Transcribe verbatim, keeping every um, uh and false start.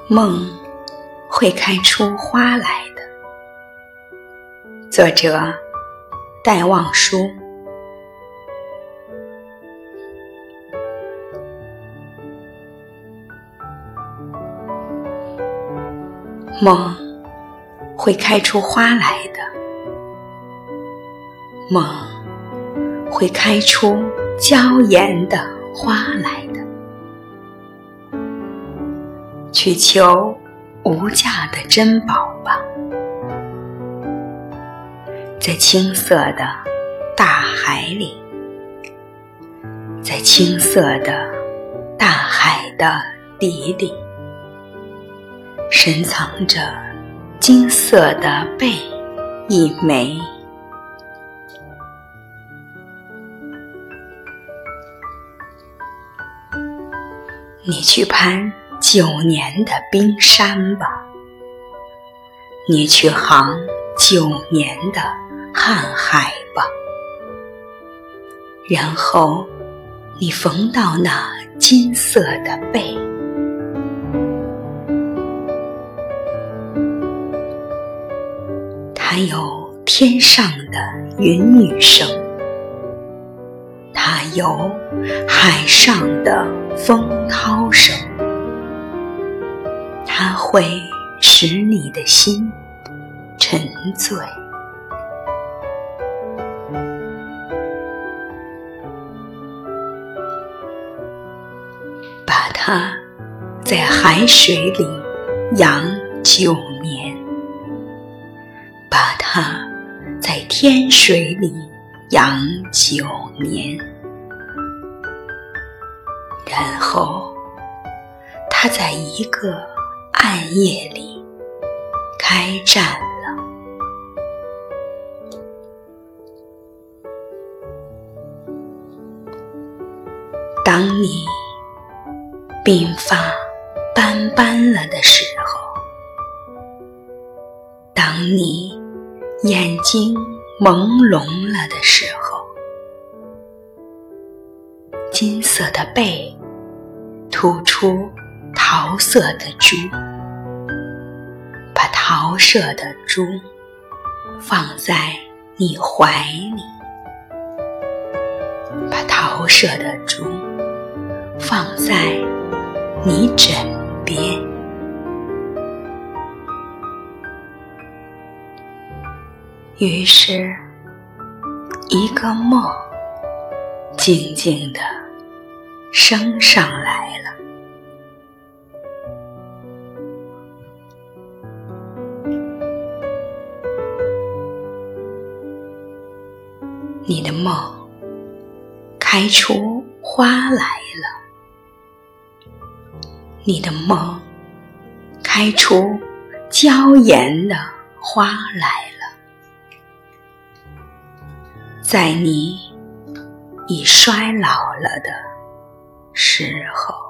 梦会开出花来的。作者：戴望舒。梦会开出花来的，梦会开出娇艳的花来的。去求无价的珍宝吧，在青色的大海里，在青色的大海的底里，深藏着金色的贝一枚。你去攀九年的冰山吧，你去航九年的瀚海吧，然后你逢到那金色的贝。它有天上的云雨声，它有海上的风涛声，它会使你的心沉醉。把它在海水里养九年，把它在天水里养九年，然后它在一个暗夜里开战了。当你鬓发斑斑了的时候，当你眼睛朦胧了的时候，金色的贝吐出桃色的珠，把桃色的珠放在你怀里，把桃色的珠放在你枕边。于是一个梦静静地升上来了。你的梦开出花来了，你的梦开出娇艳的花来了。在你已衰老了的时候。